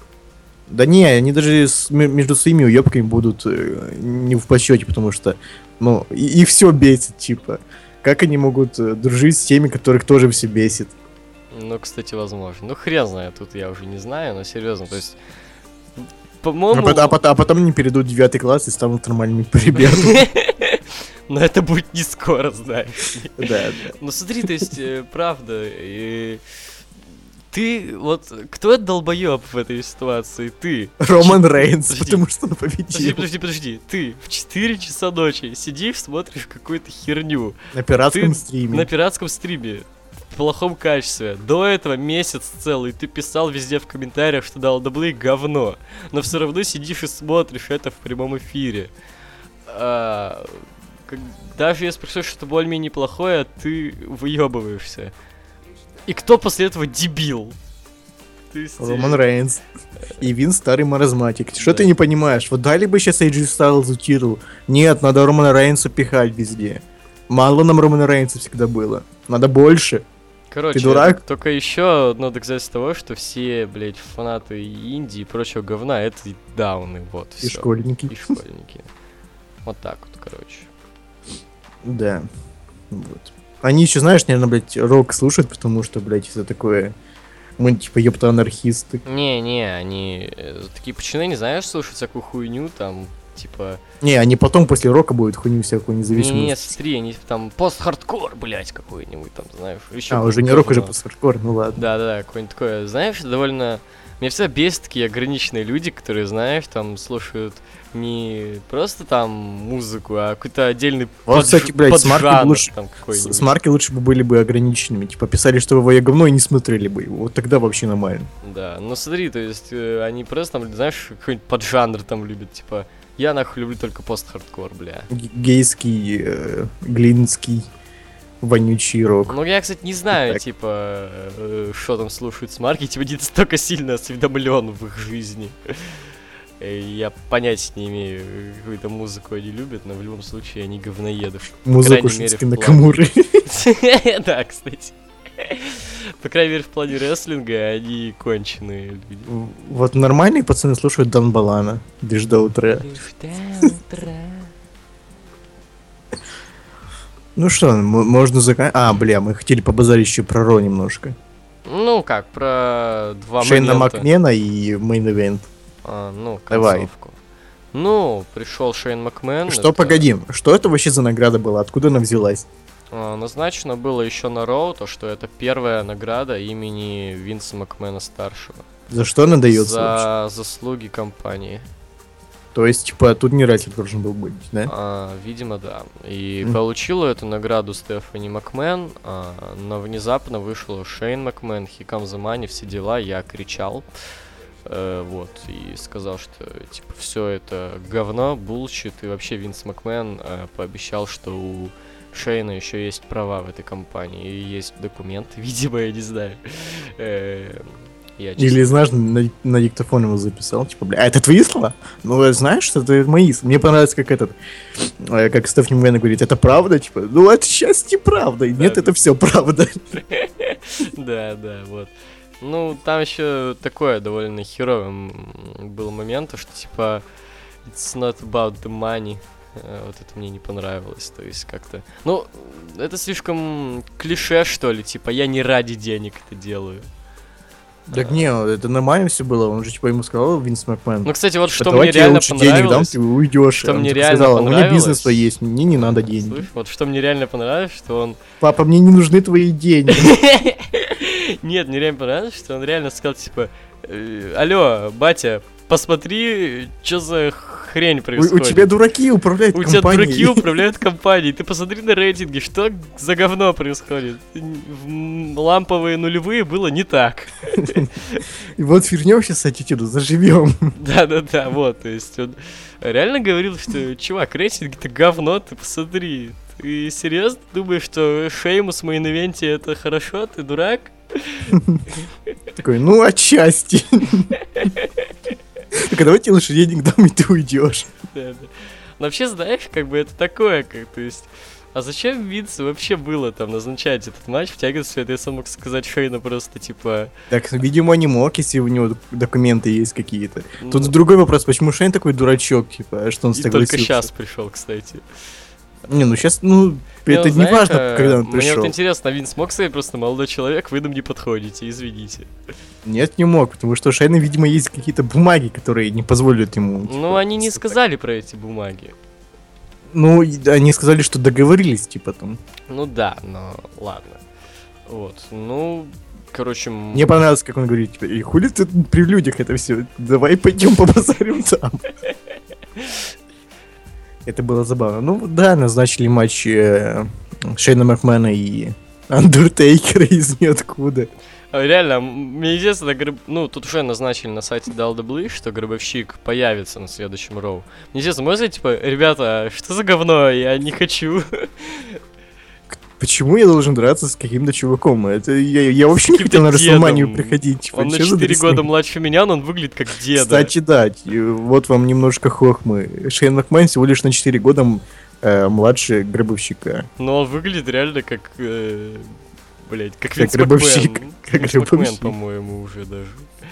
Да не, они даже с- ме- между своими уебками будут э, не в почете, потому что, ну, и- их все бесит, типа. Как они могут э, дружить с теми, которых тоже все бесит? Ну, кстати, возможно. Ну, хрен знает, тут я уже не знаю, но серьезно, то есть... А, По-моему... пот- а потом, а потом они перейдут в девятый класс и станут нормальными ребятами. Но это будет не скоро, знаешь. Да, да. Ну, смотри, то есть, э, правда, э, ты, вот, кто это долбоеб в этой ситуации? Ты. Роман Рейнс, Подожди. потому что он Подожди, победил. подожди, подожди. Ты в четыре часа ночи сидишь, смотришь какую-то херню На пиратском ты стриме. на пиратском стриме в плохом качестве. До этого месяц целый ты писал везде в комментариях, что дабл ю дабл ю и говно. Но все равно сидишь и смотришь это в прямом эфире. А, как- даже если представишь, что это более-менее неплохое, ты выебываешься. И кто после этого дебил? То есть, э, Роман Рейнс. И Вин старый маразматик. Что Да. ты не понимаешь? Вот дали бы сейчас Эйджи Стайлзу титул. Нет, надо Романа Рейнса пихать везде. Мало нам Романа Рейнса всегда было. Надо больше. Короче, Ты дурак? только еще одно доказательство того, что все, блядь, фанаты Индии и прочего говна, это дауны, вот, И всё. школьники. И школьники. Вот так вот, короче. Да. Вот. Они еще, знаешь, наверное, блядь, рок слушают, потому что, блядь, это такое... Мы, типа, ёпта, анархисты. Не-не, они э, такие пацаны, не знаешь, слушают всякую хуйню, там, типа... Не, они потом после рока будут хуйню всякую независимую. Не-не, смотри, они там пост-хардкор, блядь, какой-нибудь там, знаешь. ещё А, уже не какое-то рок, уже говно. постхардкор, ну ладно. Да-да, какое-нибудь такое. Знаешь, довольно... Меня всегда бесят такие ограниченные люди, которые, знаешь, там слушают не просто там музыку, а какой-то отдельный Вот, подж- кстати, блядь, с Марки поджанр лучше- там С, какой-нибудь. с Марки лучше бы были бы ограниченными. Типа, писали, что его я говно и не смотрели бы его. Вот тогда вообще нормально. Да, ну смотри, то есть э, они просто там, знаешь, какой-нибудь поджанр там любят, типа, я нахуй люблю только пост-хардкор, бля. Г- Гейский, э, глинский, вонючий рок. Ну, я, кстати, не знаю, Так. типа, э, что там слушают с Марки, типа, не настолько сильно осведомлен в их жизни. Э, Я понятия не имею, какую-то музыку они любят, но в любом случае они говноеды. Музыку крайней мере, Шински в плане- Накамуры. Да, кстати. По крайней мере, в плане рестлинга они конченые люди. Вот нормальные пацаны слушают Дан Балана. Лишь до утра. Ну что, м- можно заканчивать. А, бля, мы хотели побазарить еще про Ро немножко. Ну как, про два Шейна момента. Макмена и мейн-эвент. А, ну, Давай. концовку. Ну, пришел Шейн Макмен. Что, это, погоди, что это вообще за награда была? Откуда она взялась? а, назначено было еще на Роу, то, что это первая награда имени Винса Макмена старшего. За что она дается вообще? За заслуги компании. То есть, типа, тут не Райтлер должен был быть, да? А, видимо, да. И Мгм. получила эту награду Стефани Макмен, а, но внезапно вышел Шейн Макмен, Хикам Замани, все дела, я кричал. Э, вот, и сказал, что, типа, все это говно, булщит, и вообще Винс Макмен э, пообещал, что у Шейна еще есть права в этой компании, и есть документы, видимо, я не знаю. Э, я честно- Или, знаешь, на, на диктофон его записал, типа, бля, а это твои слова? Ну, э, знаешь, что это мои слова. Мне понравилось, как этот, э, как Стефани Макмен говорит, это правда? Типа, ну, это сейчас не правда. И Да, нет, да. это все правда. Да, да, вот. Ну, там еще такое довольно херовое м, был момент, то, что типа it's not about the money. Э, Вот это мне не понравилось, то есть как-то... Ну, это слишком клише, что ли, типа я не ради денег это делаю. Так не, это нормально все было. Он же, типа, ему сказал, Винс Макмен, Ну, кстати, вот что «Давай мне я тебе реально лучше денег дам, понравилось... ты уйдешь. что Он мне типа реально сказал, у меня понравилось- бизнес свой есть, мне не надо денег. Слышь, вот что мне реально понравилось, что он... Папа, мне не нужны твои деньги. Нет, мне реально понравилось, что он реально сказал, типа, «Э, алло, батя, посмотри, что за хрень У, у происходит. тебя дураки управляют У тебя компанией. дураки управляют компанией. Ты посмотри на рейтинги, что за говно происходит. В м, ламповые нулевые было не так. И вот вернем сейчас аттитюду, заживем. Да-да-да, вот, то есть он реально говорил, что, чувак, рейтинг это говно, ты посмотри. Ты серьезно думаешь, что Шеймус в мейн-ивенте это хорошо? Ты дурак? Такой, ну, отчасти. Так, а давайте лучше денег дам, и ты уйдешь. Да, да. Но вообще, знаешь, как бы это такое, как, то есть... А зачем Винсу вообще было там назначать этот матч, втягиваться, это я сам мог сказать Шейна просто, типа... Так, видимо, не мог, если у него документы есть какие-то. ну, Тут другой вопрос, почему Шейн такой дурачок, типа, что он и согласился? только сейчас пришел, кстати. Не, ну сейчас, ну, Не, это ну, не знаешь, важно, э, когда он Мне пришел. вот интересно, Винс мог сказать просто молодой человек, вы нам не подходите, извините. Нет, не мог, потому что у Шейна, видимо, есть какие-то бумаги, которые не позволят ему... Ну, типа, они не стать. сказали про эти бумаги. Ну, и они сказали, что договорились, типа, там. Ну да, но ладно. Вот, ну, короче... м, Мне понравилось, как он говорит, типа, и хули ты при людях это все, давай пойдем побазарим там. Это было забавно. Ну да, назначили матч э, Шейна Макмена и Андертейкера из ниоткуда. а реально, м, мне единственное, гроб- ну, тут уже назначили на сайте дабл ю дабл ю и, что Гробовщик появится на следующем Роу. Мне интересно, можно сказать, типа, ребята, что за говно, я не хочу. Почему я должен драться с каким-то чуваком? Это я, я вообще не каким-то хотел на Расселманию дедом. приходить. Типа, Он на чё за четыре дресня? года младше меня, но он выглядит как деда. Кстати, да, и вот вам немножко хохмы. Шейн Макмен всего лишь на четыре года м, э, младше Гробовщика. Но он выглядит реально как, э, блять, как Как Винс гробовщик, Макмен. как Винс Макмен, гробовщик. по-моему, уже даже.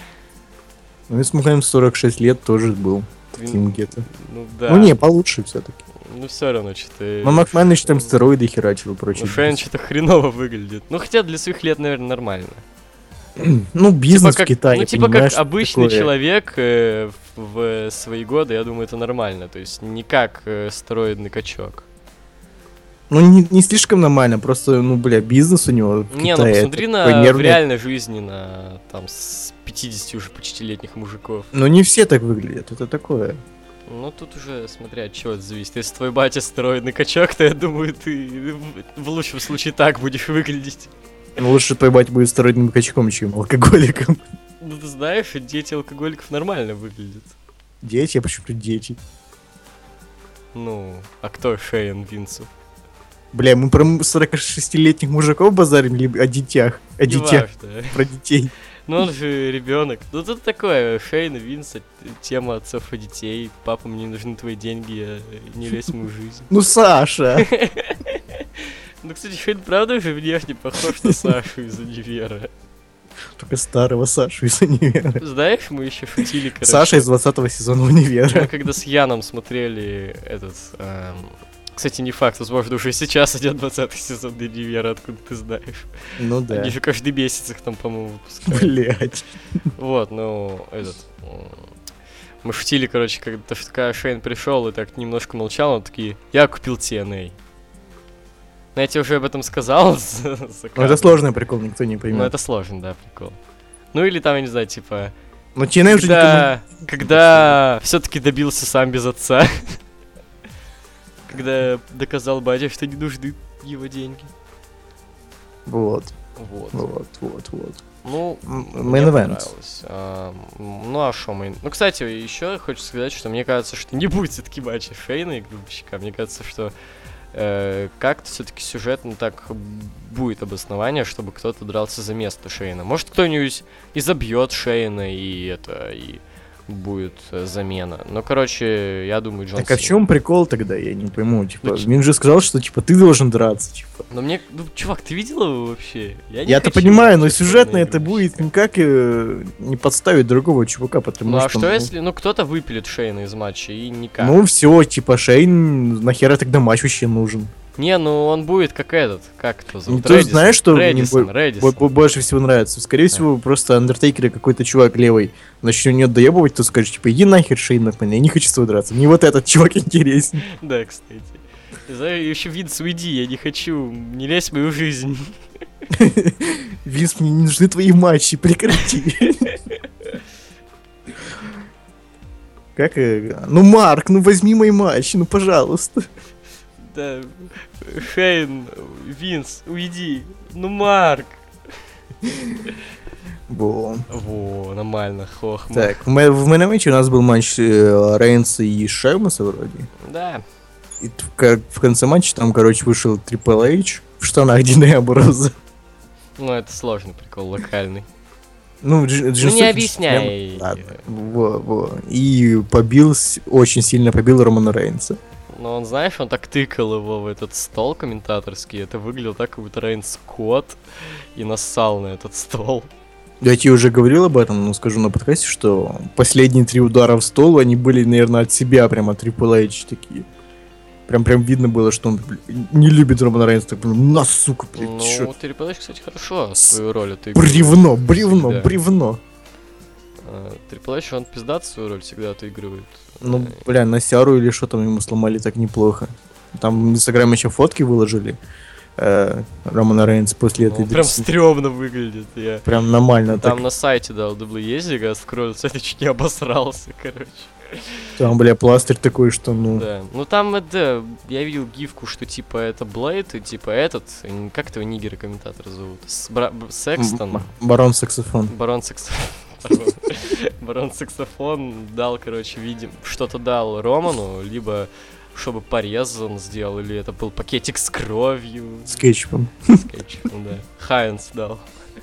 Ну, Винс Макмен в сорок шесть лет тоже был Вин- таким где-то. Ну да. Ну не, получше все-таки. Ну все равно что-то... Но Макмен еще там стероиды херачил и прочее. Ну Шейн что-то хреново выглядит. Ну хотя для своих лет, наверное, нормально. Ну, бизнес Типа как- в Китае, ну типа понимаешь, как обычный такое. человек э, в, в свои годы, я думаю, это нормально. То есть не как э, стероидный качок. Ну, не, не слишком нормально, просто, ну, бля, бизнес у него в Не, ну Китае. посмотри это на такой в нервный- реальной жизни на там с пятидесяти уже почти летних мужиков. Ну, не все так выглядят, это такое. Ну тут уже смотря от чего это зависит. Если твой батя стероидный качок, то я думаю, ты в, в лучшем случае так будешь выглядеть. Ну, лучше твой батя будет стероидным качком, чем алкоголиком. Ну ты знаешь, дети алкоголиков нормально выглядят. Дети, а почему тут дети? Ну, а кто Шейн Винсу? Бля, мы про сорокашестилетних мужиков базарим, либо о детях? О детях, Неважно. про детей. Ну он же ребенок. Ну тут такое, Шейн Винса, тема отцов и детей. Папа, мне нужны твои деньги, я не лезь в мою жизнь. Ну, Саша! Ну, кстати, Шейн правда же внешне похож на Сашу из универа. Только старого Сашу из универа. Знаешь, мы еще шутили, короче. Саша из двадцатого сезона Мы универа. когда с Яном смотрели этот эм, Кстати, не факт, возможно, уже сейчас идет двадцатый сезон Универа, откуда ты знаешь. Ну да. Они же каждый месяц их там, по-моему, выпускают. Блять. Вот, ну, этот... Мы шутили, короче, когда, когда Шейн пришел и так немножко молчал, он такие, я купил ти эн эй. Ну, я тебе уже об этом сказал. Ну, это сложный прикол, никто не поймет. Ну, это сложно, да, прикол. Ну, или там, я не знаю, типа... Ну, ти эн эй уже Когда, когда все-таки добился сам без отца. Когда доказал батя, что не нужны его деньги. Вот. Вот. Вот, вот, вот. Ну, Main мне event. понравилось. А, ну, а шо мейн... Ну, кстати, еще хочу сказать, что мне кажется, что не будет все-таки матча Шейна и Гробовщика. Мне кажется, что э, как-то все-таки сюжетно так будет обоснование, чтобы кто-то дрался за место Шейна. Может, кто-нибудь и забьет Шейна, и это, и будет э, замена. Ну, короче, я думаю, Джон Так а в Сина. чем прикол тогда? Я не пойму. Типа, Ну, ч- Вин же сказал, что типа ты должен драться. Типа. Но мне... Ну, чувак, ты видел его вообще? не Я-то хочу понимаю, но матча сюжетно Шейна и это будет Гробовщика. никак э, не подставить другого чувака, потому Ну, а что... что если, ну, кто-то выпилит Шейна из матча, и никак? Ну все, типа Шейн, нахера тогда матч вообще нужен? Не, ну он будет как этот, как это зовут? Ну, ты Рэдисон. знаешь, что мне Рэдисон, бо- Рэдисон. бо- бо- больше всего нравится? Скорее всего, просто Андертейкер какой-то чувак левый начнет не доебывать, то скажет, типа, иди нахер, Шейн Макмен, я не хочу с тобой драться. Мне вот этот чувак интересен. Да, кстати. Еще Винс, уйди, я не хочу, не лезь в мою жизнь. Винс, мне не нужны твои матчи, прекрати. Как? э, Ну, Марк, ну возьми мой матч, ну пожалуйста. Да, Шейн, Винс, уйди. Ну, Марк. Во. Во, нормально, хох. Так, в мэ- в мейн-эвенте у нас был матч э, Рейнса и Шеймуса вроде. Да. И т- ка- в конце матча там, короче, вышел Трипл Эйч в штанах Дина Амброза. Ну, это сложный прикол, локальный. Ну, Дж- Ну, Джин не Супер объясняй. прям- Ладно. Во, во. И побил, с- очень сильно побил Романа Рейнса. Но он, знаешь, он так тыкал его в этот стол комментаторский. Это выглядело так, как будто Рейнс кот и нассал на этот стол. Я тебе уже говорил об этом, но скажу на подкасте, что последние три удара в стол, они были, наверное, от себя, прям от Triple H такие. Прям прям видно было, что он бля, не любит Романа Рейнса, так прям, на, сука, блядь, Ну, чё? Трипл Эйч, кстати, хорошо свою роль отыгрывает. Бревно, бревно, Всегда. бревно. Трипл Эйч, он пиздат свою роль всегда отыгрывает. Ну, Э, бля, на Сяру или что там ему сломали так неплохо. Там в Инстаграме еще фотки выложили э, Романа Рейнса после ну, этой он прям дресни. стрёмно выглядит. Я... Прям нормально Там так. на сайте дал дабл ю и когда скроллился, это чуть не обосрался, короче. Там, бля, пластырь такой, что ну... Да. Ну там это, я видел гифку, что типа это Блейд и типа этот, м, как этого нигера комментатора зовут? С- Бра- Б- Секстон. М- Барон Саксофон. Барон Саксофон. Барон- Барон Саксофон дал, короче, видим, что-то дал Роману, либо чтобы порез он сделал, или это был пакетик с кровью. С кетчупом. С кетчупом, да. Хайнс дал.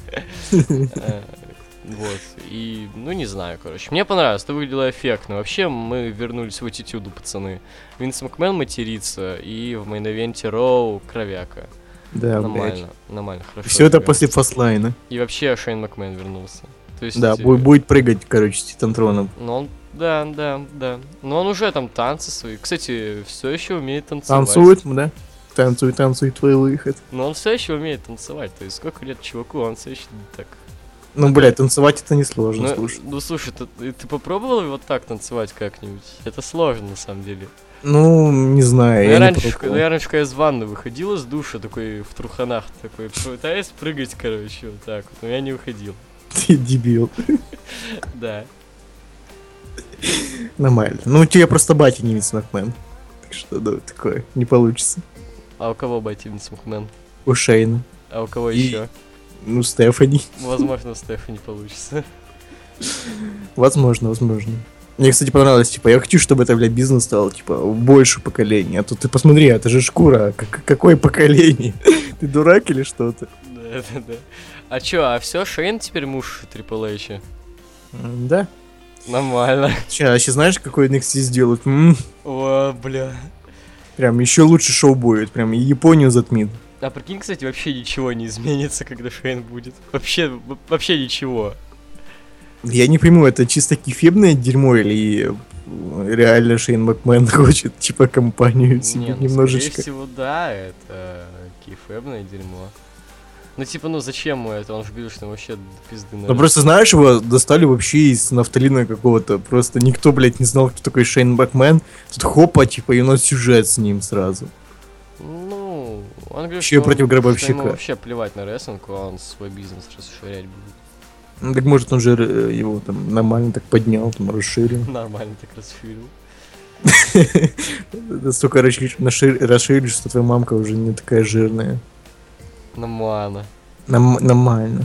Э, Вот. И, ну, не знаю, короче. Мне понравилось, это выглядело эффектно. Вообще, мы вернулись в аттитюду, пацаны. Винс Макмен матерится, и в мейн-эвенте Роу кровяка. Да, блядь. Нормально, нормально, хорошо. Все это играет. после фастлайна. И вообще Шейн Макмен вернулся. То есть, Да, э, бу- будет прыгать, короче, с Титантроном. Ну, он, да, да, да. Но он уже там танцы свои. Кстати, все еще умеет танцевать. Танцует, да? Танцуй, танцуй, твой выход. Но он все еще умеет танцевать. То есть, сколько лет чуваку, он все еще так. Ну, блядь, танцевать это несложно, Ну, слушай. ну, слушай, ты, ты попробовал вот так танцевать как-нибудь? Это сложно, на самом деле. Ну, не знаю, Ну, я я, не раньше, пробовал. ну, я раньше, когда из ванны выходил из душа, такой в труханах, такой, пытаясь прыгать, короче, вот так вот, но я не выходил. Ты дебил. Да. Нормально. Ну, у тебя просто батя не Винс Макмен. Так что, да, такое, не получится. А у кого батя Винс Макмен? У Шейна. А у кого И- еще? Ну, Стефани. Возможно, у Стефа не получится. Возможно, возможно. Мне, кстати, понравилось, типа, я хочу, чтобы это, блядь, бизнес стал, типа, больше поколений. А то ты посмотри, это же шкура, как- какое поколение? Ты дурак или что-то? Да, да, да. А чё, а все, Шейн теперь муж Трипл Эйча? М, Да. Нормально. Сейчас, знаешь, какой эн экс ти сделают? М, О, бля. Прям еще лучше шоу будет, прям и Японию затмит. А прикинь, кстати, вообще ничего не изменится, когда Шейн будет. Вообще, в- вообще ничего. Я не пойму, это чисто кефебное дерьмо или реально Шейн Макмен хочет, типа, компанию себе Не, ну, немножечко. скорее всего, да, это кейфэбное дерьмо. Ну, типа, ну зачем ему это? Он же говорил, что ему вообще до пизды Ну просто, знаешь, его достали вообще из нафталина какого-то. Просто никто, блядь, не знал, кто такой Шейн Макмен. Тут хопа, типа, и у нас сюжет с ним сразу. Ну, он говорит, Еще что, он- против что гробовщика. ему вообще плевать на рестлинг, а он свой бизнес расширять будет. Ну, так может он же э, его там нормально так поднял, там расширил. Нормально так расширил. Настолько расширили, наши- расширили, что твоя мамка уже не такая жирная. Нормально. Нам- нормально.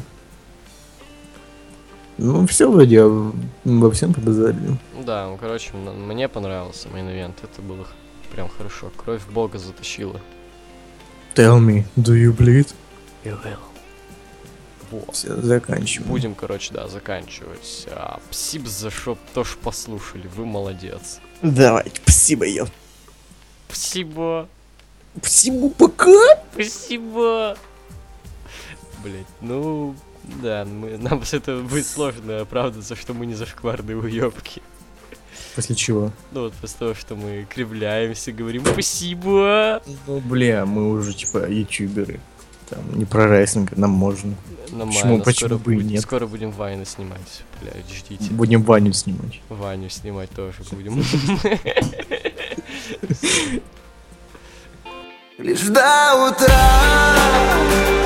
Ну, все вроде а, во всем побазарили. Да, ну, короче, м- мне понравился мейн-ивент. Это было х- прям хорошо. Кровь бога затащила. Tell me, do you bleed? You will. Вот. Все, заканчиваем. Будем, короче, да, заканчивать. А, спасибо за что тоже послушали. Вы молодец. Давайте, спасибо, я. Спасибо. Спасибо, пока. Спасибо. Блять, ну, да, мы, нам с этого будет сложно оправдаться, что мы не зашкварные уёбки. После чего? Ну вот после того, что мы кривляемся, говорим спасибо. Ну, бля, мы уже, типа, ютуберы. Там, не про рестлинг, нам можно. Нормально, почему скоро, бы и будем, нет? скоро будем Вайны снимать. Блядь, ждите. Будем Ваню снимать. Ваню снимать тоже будем. Лишь до утра